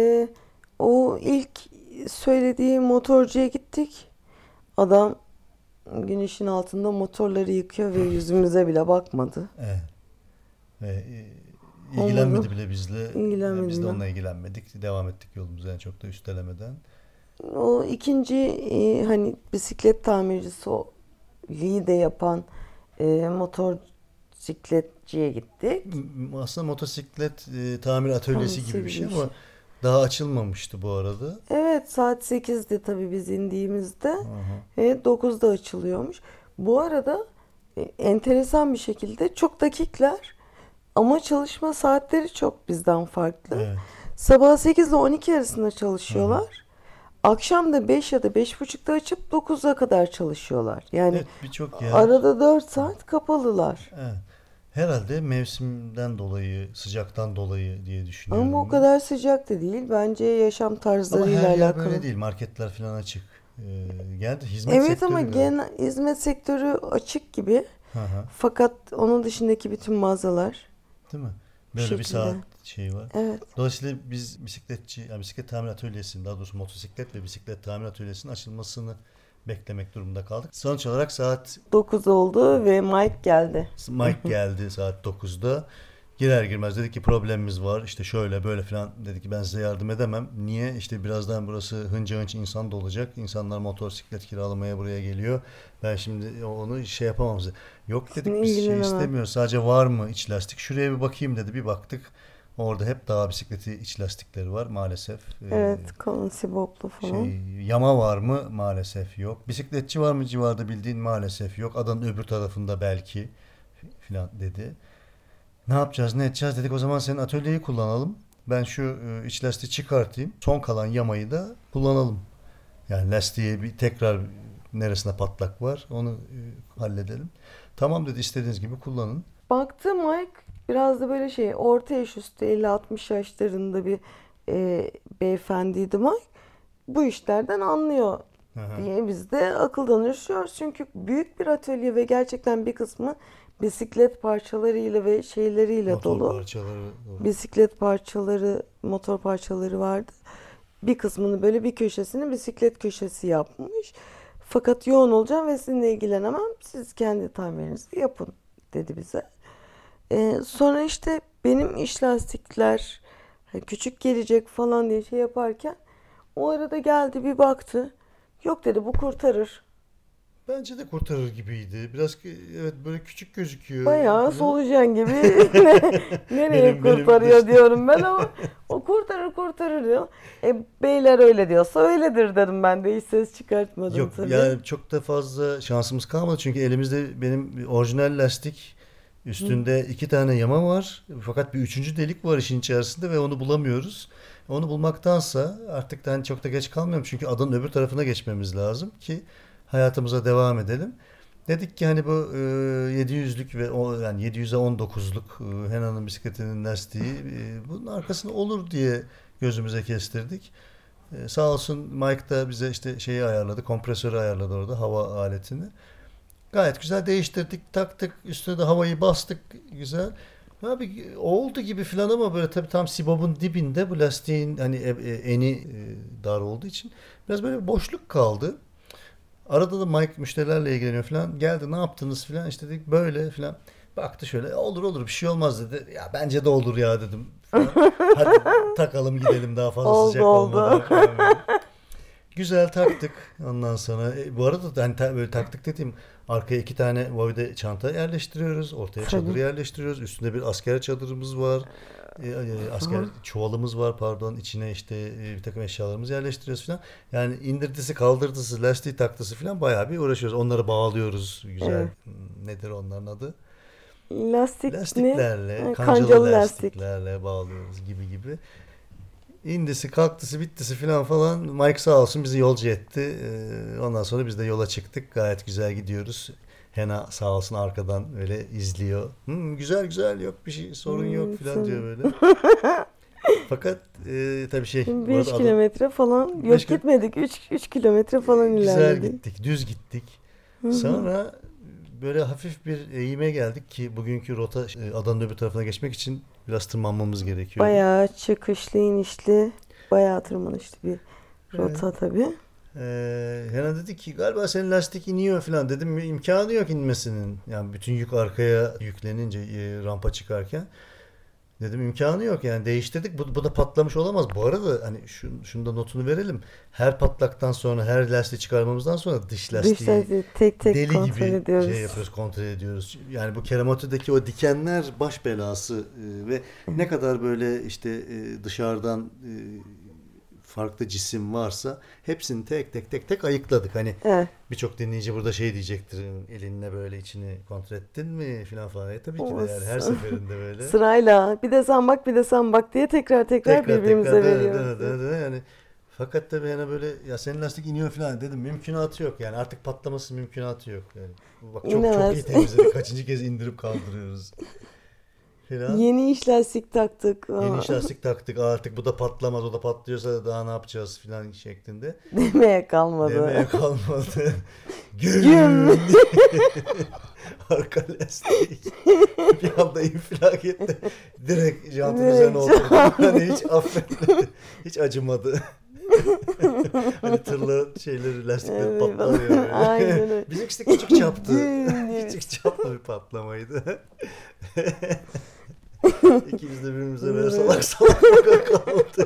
O ilk söylediği motorcuya gittik. Adam güneşin altında motorları yıkıyor ve yüzümüze bile bakmadı. Evet. Ve ilgilenmedi Olmadı. bile bizle. İlgilenmedi Biz de bile. onunla ilgilenmedik. Devam ettik yolumuza yani çok da üstelemeden. O ikinci hani bisiklet tamircisi de yapan motosikletçiye gittik. Aslında motosiklet tamir atölyesi Atölyesi gibi bir şey gibi bir ama daha açılmamıştı bu arada. Evet, saat 8'di tabii biz indiğimizde. Aha. Ve 9'da açılıyormuş. Bu arada enteresan bir şekilde çok dakikler ama çalışma saatleri çok bizden farklı. Evet. Sabah 8 ile 12 arasında çalışıyorlar. Akşam da 5 ya da 5.30'da açıp 9'a kadar çalışıyorlar. Yani Evet, birçok yer. arada 4 saat kapalılar. Evet. Herhalde mevsimden dolayı, sıcaktan dolayı diye düşünüyorum. Ama o ben. kadar sıcak da değil. Bence yaşam Ama tarzlarıyla her yer alakalı. böyle değil. Marketler falan açık. Geldi hizmet Evet sektörü ama biraz. genel hizmet sektörü açık gibi. Hı hı. Fakat onun dışındaki bütün mağazalar Değil mi? Böyle bir şekilde. saat şey var. Evet. Dolayısıyla biz bisikletçi, yani bisiklet tamir atölyesinin, daha doğrusu motosiklet ve bisiklet tamir atölyesinin açılmasını beklemek durumunda kaldık. Sonuç olarak saat 9 oldu ve Mike geldi. Mike geldi saat 9'da. Girer girmez dedi ki problemimiz var. İşte şöyle böyle falan, dedi ki ben size yardım edemem. Niye? İşte birazdan burası hınca hınç insan dolacak. İnsanlar motosiklet kiralamaya buraya geliyor. Ben şimdi onu şey yapamam size. Yok dedik, biz şey İlgilenemem. istemiyoruz. Sadece var mı iç lastik? Şuraya bir bakayım dedi. Bir baktık. Orada hep dağ bisikleti iç lastikleri var maalesef. Evet, kalın siboplu falan. Yama var mı? Maalesef yok. Bisikletçi var mı civarda bildiğin? Maalesef yok. Adanın öbür tarafında belki filan dedi. Ne yapacağız, ne edeceğiz dedik. O zaman senin atölyeyi kullanalım. Ben şu iç lastiği çıkartayım. Son kalan yamayı da kullanalım. Yani lastiğe bir tekrar neresinde patlak var onu halledelim. Tamam dedi, istediğiniz gibi kullanın. Baktı Mike biraz da böyle şey orta yaş üstü 50-60 yaşlarında bir beyefendiydi Mike. Bu işlerden anlıyor Hı hı. diye biz de akıl danışıyoruz. Çünkü büyük bir atölye ve gerçekten bir kısmı bisiklet parçalarıyla ve şeyleriyle Motor dolu. parçaları. Bisiklet parçaları, motor parçaları vardı. Bir kısmını böyle bir köşesini bisiklet köşesi yapmış. Fakat yoğun olacağım ve sizinle ilgilenemem. Siz kendi tamirinizi yapın dedi bize. Sonra işte benim iç lastikler küçük gelecek falan diye şey yaparken o arada geldi bir baktı. Yok dedi, bu kurtarır. Bence de kurtarır gibiydi. Biraz evet böyle küçük gözüküyor. Bayağı solucan gibi nereye Benim kurtarıyor işte. diyorum ben ama o kurtarır diyor. Beyler öyle diyorsa öyledir dedim ben de hiç ses çıkartmadım Yok tabii. yani çok da fazla şansımız kalmadı. Çünkü elimizde benim orijinal lastik üstünde 2 tane yama var. Fakat bir üçüncü delik var işin içerisinde ve onu bulamıyoruz. Onu bulmaktansa artık hani çok da geç kalmıyorum. Çünkü adanın öbür tarafına geçmemiz lazım ki hayatımıza devam edelim. Dedik ki hani bu 700'lük ve yani 700'e 19'luk Hena'nın bisikletinin lastiği bunun arkasında olur diye gözümüze kestirdik. Sağ olsun Mike da bize işte şeyi ayarladı, kompresörü ayarladı orada hava aletini. Gayet güzel değiştirdik, taktık, üstüne de havayı bastık güzel. Abi oldu gibi falan ama böyle tabii tam sibobun dibinde bu lastiğin hani eni dar olduğu için biraz böyle bir boşluk kaldı. Arada da Mike müşterilerle ilgileniyor falan. Geldi ne yaptınız falan işte dedik böyle falan. Baktı şöyle olur bir şey olmaz dedi. Ya bence de olur ya dedim. Falan. Hadi takalım gidelim daha fazla Oldu, sıcak oldu. olmadan. Falan böyle. Güzel taktık ondan sonra. Bu arada da hani böyle taktık dediğim arkaya 2 tane Voide çanta yerleştiriyoruz. Ortaya çadır Tabii. yerleştiriyoruz. Üstünde bir asker çadırımız var. Asker çuvalımız var pardon. İçine işte bir takım eşyalarımızı yerleştiriyoruz falan. Yani indirdisi kaldırdısı lastiği taktısı falan bayağı bir uğraşıyoruz. Onları bağlıyoruz güzel. Evet. Nedir onların adı? Lastik Lastiklerle, ne? kancalı lastiklerle bağlıyoruz gibi. İndisi, kalktısı, bittisi falan. Mike sağ olsun bizi yolcu etti. Ondan sonra biz de yola çıktık. Gayet güzel gidiyoruz. Hena sağ olsun arkadan öyle izliyor. Güzel yok bir şey sorun yok falan diyor böyle. Fakat tabii bu 5 arada kilometre falan yok 5 gitmedik 3 kilometre falan güzel ilerledik. gittik, düz gittik. Sonra böyle hafif bir eğime geldik ki bugünkü rota adanın öbür tarafına geçmek için biraz tırmanmamız gerekiyor. Bayağı çıkışlı inişli bayağı tırmanışlı bir rota tabii. Hena dedi ki galiba senin lastik iniyor falan dedim imkanı yok inmesinin. Yani bütün yük arkaya yüklenince rampa çıkarken dedim imkanı yok yani değiştirdik bu da patlamış olamaz. Bu arada hani şunu da notunu verelim. Her patlaktan sonra her lastiği çıkarmamızdan sonra dış lastiği tek deli kontrol gibi ediyoruz. şey yapıyoruz, kontrol ediyoruz. Yani bu Keramoto'daki o dikenler baş belası ve ne kadar böyle işte dışarıdan farklı cisim varsa hepsini tek ayıkladık. Hani Evet. birçok dinleyici burada şey diyecektir. Elinle böyle içini kontrol ettin mi falan. Tabii ki de yani her seferinde böyle. Sırayla bir de sen bak diye tekrar birbirimize veriyoruz. Yani fakat tabii yani böyle ya senin lastik iniyor falan dedim. Mümkünatı yok yani. Artık patlaması mümkünatı yok yani. Bak çok İnemez. iyi temizledik. Kaçıncı kez indirip kaldırıyoruz. Falan. Yeni iş lastik taktık. Yeni iş lastik taktık. Artık bu da patlamaz. O da patlıyorsa daha ne yapacağız falan şeklinde. Demeye kalmadı. Demeye kalmadı. Güm. Arka lastik bir anda infilak etti. Direkt jantın Direkt üzerine oturdu. Hani hiç affetmedi. Hiç acımadı. Hani tırların şeyleri lastikleri Evet, patlıyor böyle. aynen öyle. Bizimkisi de küçük çaptı. Güm diye. Küçük çaplı bir patlamaydı. İkimiz de birbirimize böyle salak kaldık.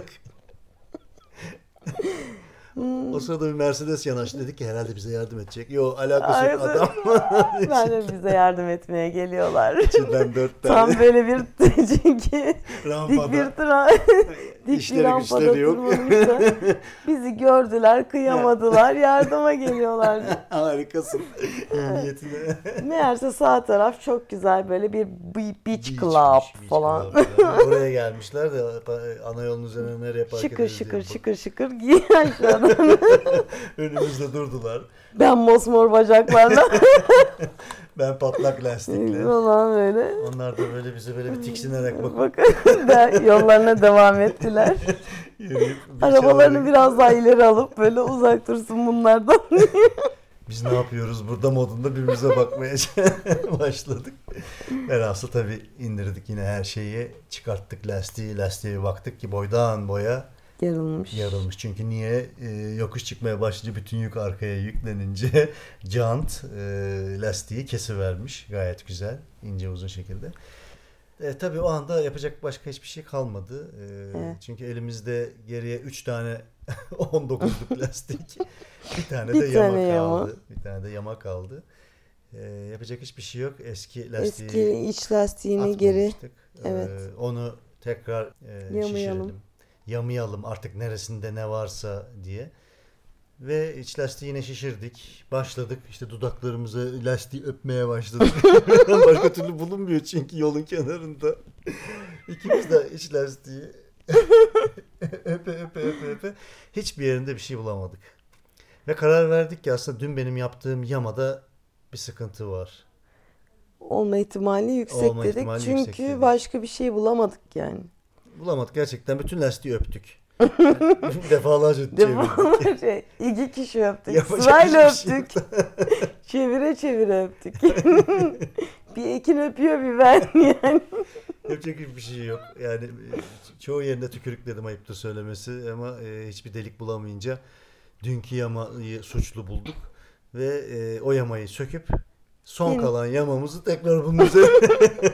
O sırada bir Mercedes yanaştı dedik ki herhalde bize yardım edecek. Yok alakası yok Aynen. adam. Ben de bize yardım etmeye geliyorlar. İçinden 4 tane Tam böyle bir çünkü dik rampada. bir dik bir İşleri rampada güçleri yok. tırmanmışlar. Bizi gördüler, kıyamadılar, yardıma geliyorlardı. Harikasın. Niyetine. Meğerse sağ taraf çok güzel böyle bir beach club Beach falan. club yani. Oraya gelmişler de ana yolun üzerine nereye park Şıkır ederiz şıkır diye şıkır şıkır giy aşağıdan. önümüzde durdular. Ben mosmor bacaklarla Ben patlak lastikle. falan böyle. Onlar da böyle bize böyle bir tiksinerek bakıp Bakın da yollarına devam ettiler. yürüyüp Arabalarını biraz daha ileri alıp böyle uzak dursun bunlardan. biz ne yapıyoruz burada modunda birbirimize bakmaya başladık. Velhasıl tabii indirdik yine her şeyi. Çıkarttık lastiğe baktık ki boydan boya yarılmış. Çünkü niye? Yokuş çıkmaya başlayınca bütün yük arkaya yüklenince jant lastiği kesivermiş. Gayet güzel. İnce uzun şekilde. Tabii o anda yapacak başka hiçbir şey kalmadı. Evet. Çünkü elimizde geriye 3 tane 19'luk lastik. Bir tane Bir de tane yama yama. kaldı. Bir tane de yama kaldı. Yapacak hiçbir şey yok. Eski lastiği Eski iç lastiğini geri atmamıştık. evet. Onu tekrar Yamayalım. şişirelim. Yamayalım artık neresinde ne varsa diye. Ve iç lastiği yine şişirdik. Başladık. İşte dudaklarımıza lastiği öpmeye başladık. Başka türlü bulunmuyor çünkü yolun kenarında. İkimiz de iç lastiği öpe. Hiçbir yerinde bir şey bulamadık. Ve karar verdik ki aslında dün benim yaptığım yamada bir sıkıntı var. Olma ihtimali yüksek Olma dedik. ihtimali Çünkü yüksek dedik. başka bir şey bulamadık yani. Bulamadık gerçekten. Bütün lastiği öptük. Defalarca çevirdik. İki kişi öptük. Yapacak Sırayla hiçbir şey öptük. Çevire öptük. Bir Ekin öpüyor bir ben yani. Yapacak hiçbir şey yok. Yani çoğu yerinde tükürükledim ayıptır söylemesi ama hiçbir delik bulamayınca dünkü yamayı suçlu bulduk. Ve o yamayı söküp son Yine. kalan yamamızı tekrar bunun üzerine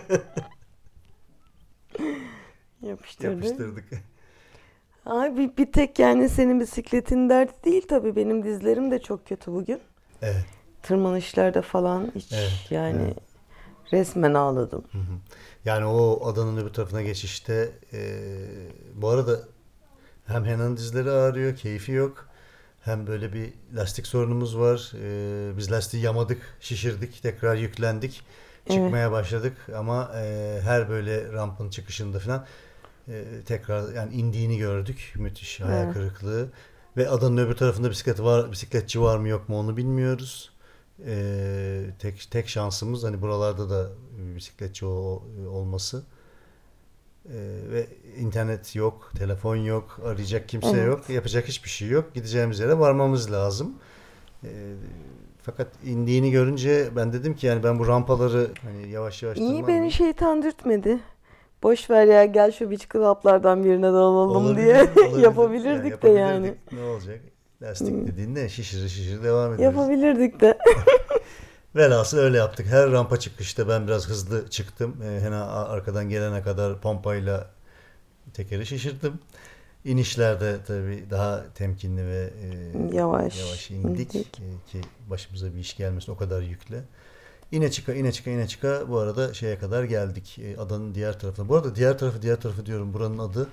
yapıştırdık. Ay bir tek yani senin bisikletin derdi değil tabii. Benim dizlerim de çok kötü bugün. Evet. Tırmanışlarda falan hiç yani evet. resmen ağladım. Hı hı. Yani o adanın öbür tarafına geçişte bu arada hem Hena'nın dizleri ağrıyor, keyfi yok. Hem böyle bir lastik sorunumuz var. Biz lastiği yamadık, şişirdik, tekrar yüklendik. Çıkmaya başladık ama her böyle rampın çıkışında falan tekrar yani indiğini gördük. Müthiş hayal kırıklığı. Ve adanın öbür tarafında bisikletçi var mı yok mu onu bilmiyoruz. Tek şansımız hani buralarda da bisikletçi olması. Ve internet yok, telefon yok, arayacak kimse yok, yapacak hiçbir şey yok. Gideceğimiz yere varmamız lazım. Fakat indiğini görünce ben dedim ki yani ben bu rampaları hani yavaş yavaş İyi beni şeytan dürtmedi. Boş ver ya gel şu beach club'lardan birine dalalım diye yapabilirdik de yani. Ne olacak? Lastik dediğin ne? Şişir devam ederiz. Yapabilirdik de. Velhasıl öyle yaptık. Her rampa çıkışta ben biraz hızlı çıktım. Hena arkadan gelene kadar pompayla tekeri şişirdim. İnişlerde tabii daha temkinli ve yavaş indik ki başımıza bir iş gelmesin o kadar yükle. İne çıka bu arada şeye kadar geldik. Adanın diğer tarafına. Bu arada diğer tarafı diyorum. Buranın adı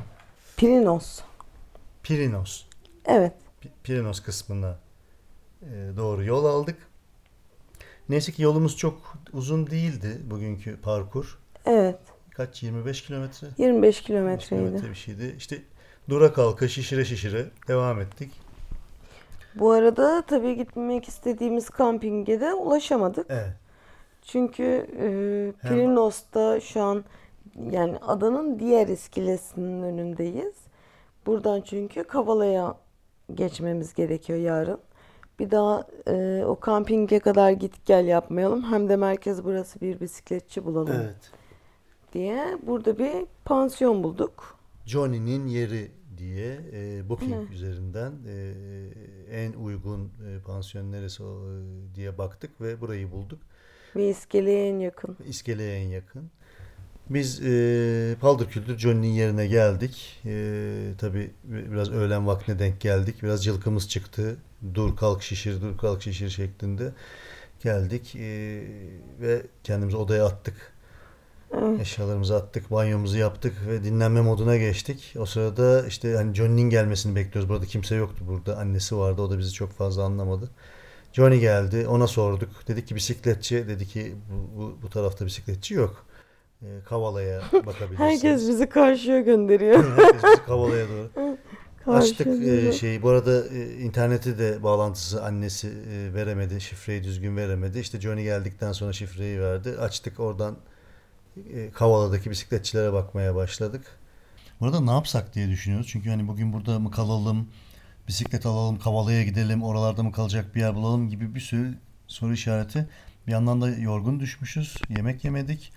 Pirinos. Evet. Pirinos kısmına doğru yol aldık. Neyse ki yolumuz çok uzun değildi bugünkü parkur. Evet. Kaç? 25 kilometre? 25 kilometreydi. Bir şeydi. İşte dura kalka şişire devam ettik. Bu arada tabii gitmek istediğimiz kampinge de ulaşamadık. Evet. Çünkü Pirinos'ta şu an yani adanın diğer iskelesinin önündeyiz. Buradan çünkü Kavala'ya geçmemiz gerekiyor yarın. Bir daha o kampinge kadar git gel yapmayalım. Hem de merkez burası bir bisikletçi bulalım diye. Burada bir pansiyon bulduk. Johnny'nin yeri diye Booking üzerinden en uygun pansiyon neresi diye baktık ve burayı bulduk. Ve iskeleye en yakın. İskeleye en yakın. Biz paldır küldür Johnny'nin yerine geldik. Tabii biraz öğlen vaktine denk geldik. Biraz cılkımız çıktı. Dur kalk şişir şeklinde geldik. Ve kendimizi odaya attık. Evet. Eşyalarımızı attık, banyomuzu yaptık ve dinlenme moduna geçtik. O sırada işte hani Johnny'nin gelmesini bekliyoruz. Burada kimse yoktu burada. Annesi vardı. O da bizi çok fazla anlamadı. Johnny geldi. Ona sorduk. Dedi ki bisikletçi. Dedi ki bu tarafta bisikletçi yok. Kavala'ya bakabilirsiniz. Herkes bizi karşıya gönderiyor. Herkes bizi Kavala'ya doğru. Açtık Karşıya bu arada interneti de bağlantısı annesi veremedi. Şifreyi düzgün veremedi. İşte Johnny geldikten sonra şifreyi verdi. Açtık oradan Kavala'daki bisikletçilere bakmaya başladık. Burada ne yapsak diye düşünüyoruz. Çünkü hani bugün burada mı kalalım, bisiklet alalım, Kavala'ya gidelim, oralarda mı kalacak bir yer bulalım gibi bir sürü soru işareti. Bir yandan da yorgun düşmüşüz, yemek yemedik.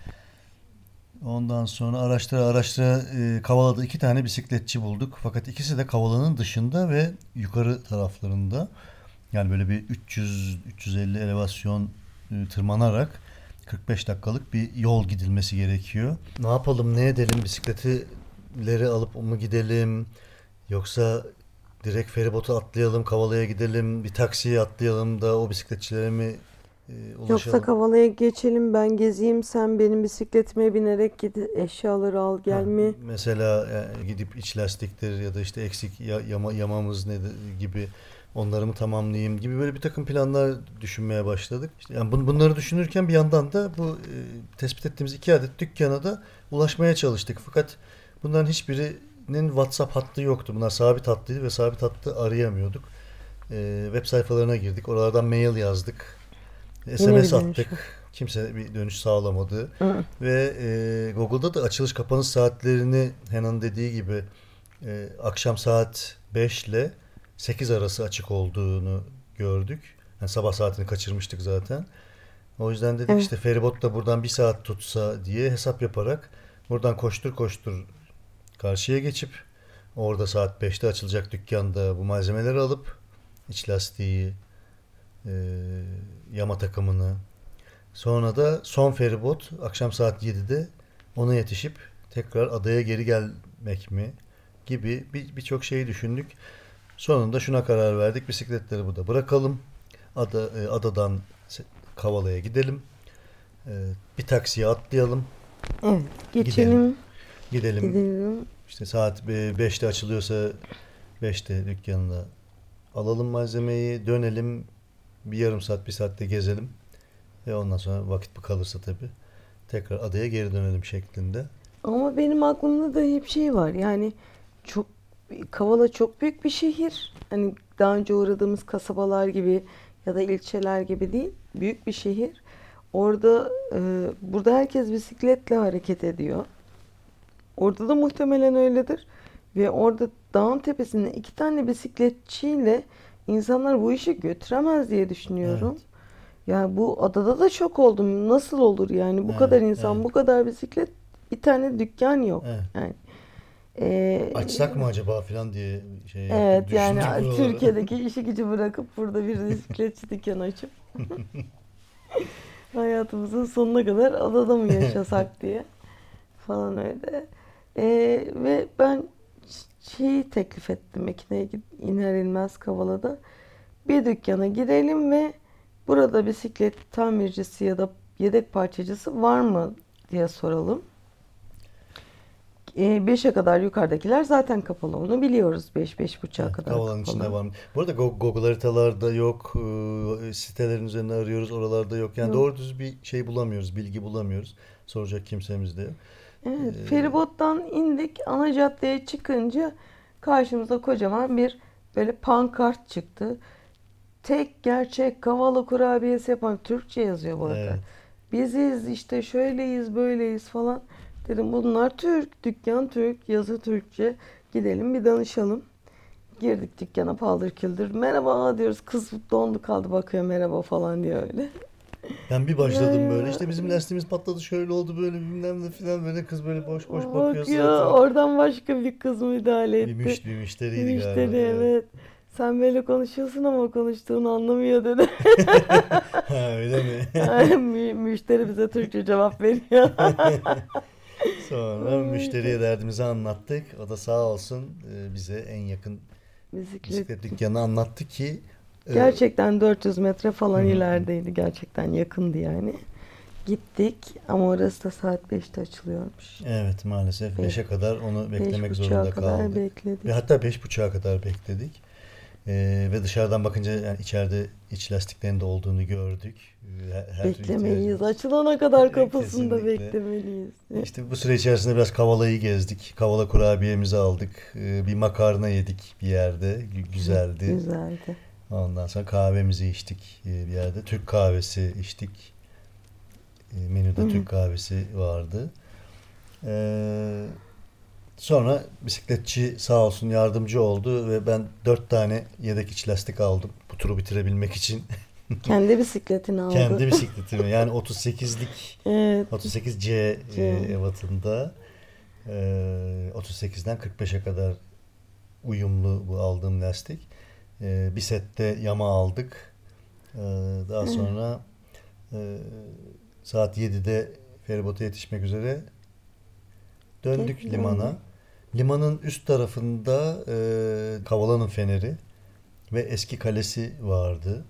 Ondan sonra araştıra Kavala'da 2 tane bisikletçi bulduk. Fakat ikisi de Kavala'nın dışında ve yukarı taraflarında. Yani böyle bir 300-350 elevasyon tırmanarak 45 dakikalık bir yol gidilmesi gerekiyor. Ne yapalım, ne edelim? Bisikletleri alıp mı gidelim? Yoksa direkt feribota atlayalım, Kavala'ya gidelim, bir taksiye atlayalım da o bisikletçilere mi Yoksa ulaşalım? Kavala'ya geçelim, ben gezeyim, sen benim bisikletime binerek git, eşyaları al gel Ha, mi? mesela gidip iç lastiktir ya da işte eksik yamamız ne gibi onları mı tamamlayayım gibi böyle bir takım planlar düşünmeye başladık. İşte yani bunları düşünürken bir yandan da bu tespit ettiğimiz 2 adet dükkana da ulaşmaya çalıştık. Fakat bunların hiçbirinin WhatsApp hattı yoktu. Bunlar sabit hattıydı ve sabit hattı arayamıyorduk. Web sayfalarına girdik. Oralardan mail yazdık. Yine bir SMS dönüş attık. yok. Kimse bir dönüş sağlamadı. Hı. Ve Google'da da açılış kapanış saatlerini Hena'nın dediği gibi akşam saat 5 ile 8 arası açık olduğunu gördük. Yani sabah saatini kaçırmıştık zaten. O yüzden dedik Evet. işte feribot da buradan 1 saat tutsa diye hesap yaparak buradan koştur koştur karşıya geçip orada saat 5'te açılacak dükkanda bu malzemeleri alıp iç lastiği, e, yama takımını, sonra da son feribot akşam saat 7'de ona yetişip tekrar adaya geri gelmek mi gibi birçok şeyi düşündük. Sonunda şuna karar verdik. Bisikletleri burada bırakalım. Adadan Kavala'ya gidelim. Bir taksiye atlayalım. Evet, Gidelim. geçelim, Gidelim. gidelim. İşte saat 5'te açılıyorsa 5'te dükkanına alalım malzemeyi. Dönelim. Bir yarım saat, 1 saatte gezelim. Ve ondan sonra vakit kalırsa tabii tekrar adaya geri dönelim şeklinde. Ama benim aklımda da hep şey var. Yani çok Kavala çok büyük bir şehir. Hani daha önce uğradığımız kasabalar gibi ya da ilçeler gibi değil. Büyük bir şehir. Orada burada herkes bisikletle hareket ediyor. Orada da muhtemelen öyledir. Ve orada dağın tepesinde 2 tane bisikletçiyle insanlar bu işi götüremez diye düşünüyorum. Evet, Yani bu adada da şok oldum. Nasıl olur yani bu evet, kadar insan, evet, bu kadar bisiklet, bir tane dükkan yok. evet. Yani eee, Açsak mı acaba falan diye şey yaptık, evet yani düşündük buraları. Türkiye'deki işi gücü bırakıp burada bir bisikletçi dükkanı açıp hayatımızın sonuna kadar adada mı yaşasak diye falan öyle. Ve ben şeyi teklif ettim Ekine'ye iner inmez Kavala'da. Bir dükkana girelim ve burada bisiklet tamircisi ya da yedek parçacısı var mı diye soralım. 5'e kadar yukarıdakiler zaten kapalı. Onu biliyoruz. 5-5.30'a Evet, kadar Kavala'nın içinde kapalı. var mı? Bu arada Google haritalarda yok, sitelerin üzerinde arıyoruz, oralarda yok. Yani Yok. doğru düz bir şey bulamıyoruz, bilgi bulamıyoruz. Soracak kimsemiz de yok. E, Evet, feribottan indik. Ana caddeye çıkınca karşımıza kocaman bir böyle pankart çıktı. Tek gerçek Kavala kurabiyesi yapan, Türkçe yazıyor bu arada. evet. Biziz işte, şöyleyiz böyleyiz falan. Dedim bunlar Türk, dükkan Türk, yazı Türkçe. Gidelim bir danışalım. Girdik dükkana paldır küldür. Merhaba diyoruz. Kız dondu kaldı, bakıyor merhaba falan diyor öyle. Ben bir Ya başladım böyle ya. işte bizim lastiğimiz patladı şöyle oldu böyle bilmem ne filan böyle kız böyle boş boş bakıyor Bakıyor, suratına. oradan başka bir kız müdahale etti. Bir müşteriydi galiba. Müşteri, Evet. evet. Sen böyle konuşuyorsun ama konuştuğunu anlamıyor dedi. Ha öyle mi? Müşteri bize Türkçe cevap veriyor. Sonra Ay, müşteriye derdimizi anlattık. O da sağ olsun bize en yakın bisiklet. bisiklet dükkanını anlattı ki e, Gerçekten 400 metre hı falan hı. ilerideydi. Gerçekten yakındı yani. Gittik ama orası da saat 5'te açılıyormuş. Evet maalesef Beş, 5'e kadar onu beş beklemek buçuğa zorunda kadar kaldık. bekledik. Ve hatta 5.30'a kadar bekledik. Ve dışarıdan bakınca yani içeride iç lastiklerin de olduğunu gördük. Her türlü Beklemeliyiz. ihtiyacımız. Açılana kadar kapısında Kesinlikle. beklemeliyiz. İşte bu süre içerisinde biraz Kavala'yı gezdik. Kavala kurabiyemizi aldık. Bir makarna yedik bir yerde. Güzeldi. Güzeldi. Ondan sonra kahvemizi içtik bir yerde. Türk kahvesi içtik. Menüde Türk kahvesi vardı. Ee, Sonra bisikletçi sağ olsun yardımcı oldu ve ben 4 tane yedek iç lastik aldım bu turu bitirebilmek için. Kendi bisikletini aldı. Kendi bisikletimi yani 38'lik Evet. 38C Cem. ebatında 38'den 45'e kadar uyumlu bu aldığım lastik. Bir sette yama aldık. Daha sonra e, saat 7'de feribota yetişmek üzere döndük Döndük. limana. Limanın üst tarafında Kavala'nın feneri ve eski kalesi vardı.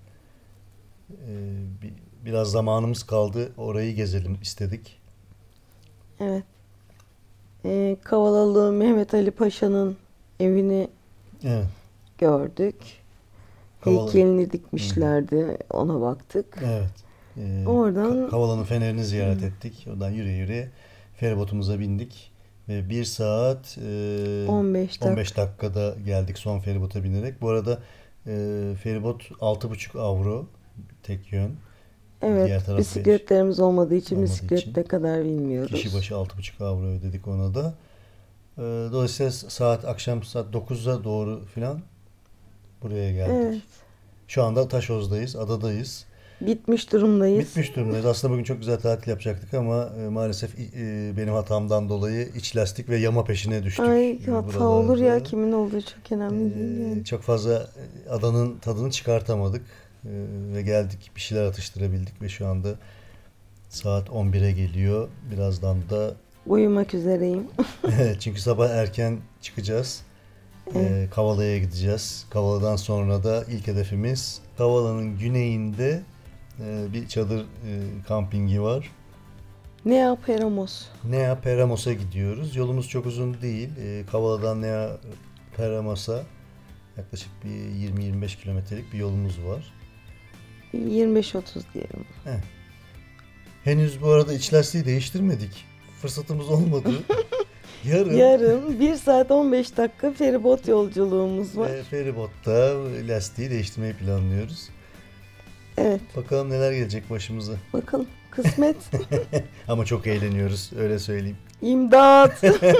Biraz zamanımız kaldı. Orayı gezelim istedik. Evet. Kavalalı Mehmet Ali Paşa'nın evini Evet. gördük. Kavala. Heykelini dikmişlerdi. Ona baktık. Evet. Oradan Kavala'nın fenerini ziyaret ettik. Oradan yürüye feribotumuza bindik. Ve 1 saat 15 dakikada geldik son feribota binerek. Bu arada feribot 6,5 avro tek yön. Diğer evet, taraf bisikletlerimiz olmadığı için olmadığı bisiklet için ne kadar bilmiyoruz. kişi başı 6,5 avro ödedik ona da. Dolayısıyla akşam saat 9'a doğru filan buraya geldik. Evet. Şu anda Taşoz'dayız, adadayız. Bitmiş durumdayız. Bitmiş durumdayız. Aslında bugün çok güzel tatil yapacaktık ama maalesef benim hatamdan dolayı iç lastik ve yama peşine düştük. Ay hata buralarda. olur ya, kimin olduğu çok önemli değil yani. Çok fazla adanın tadını çıkartamadık ve geldik, bir şeyler atıştırabildik ve şu anda saat 11'e geliyor. Birazdan da Uyumak üzereyim. evet, çünkü sabah erken çıkacağız. Evet. Kavala'ya gideceğiz. Kavala'dan sonra da ilk hedefimiz Kavala'nın güneyinde bir çadır kampingi var. Nea Peramos. Nea Peramos'a gidiyoruz. Yolumuz çok uzun değil. Kavala'dan Nea Peramos'a yaklaşık bir 20-25 kilometrelik bir yolumuz var. 25-30 diyelim. Henüz bu arada iç lastiği değiştirmedik. Fırsatımız olmadı. Yarın 1 saat 15 dakika feribot yolculuğumuz var. Feribotta lastiği değiştirmeyi planlıyoruz. Evet. Bakalım neler gelecek başımıza. Bakalım. Kısmet. Ama çok eğleniyoruz, öyle söyleyeyim. İmdat.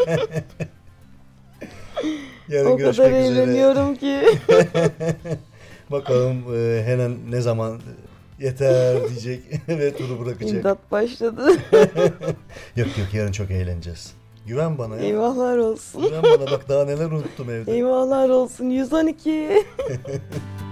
Yarın O görüşmek kadar üzere. eğleniyorum ki. Bakalım Helen ne zaman yeter diyecek ve turu bırakacak. İmdat başladı. Yok yarın çok eğleneceğiz. Güven bana ya. Eyvahlar olsun. Güven bana, bak daha neler unuttum evde. Eyvahlar olsun. 112.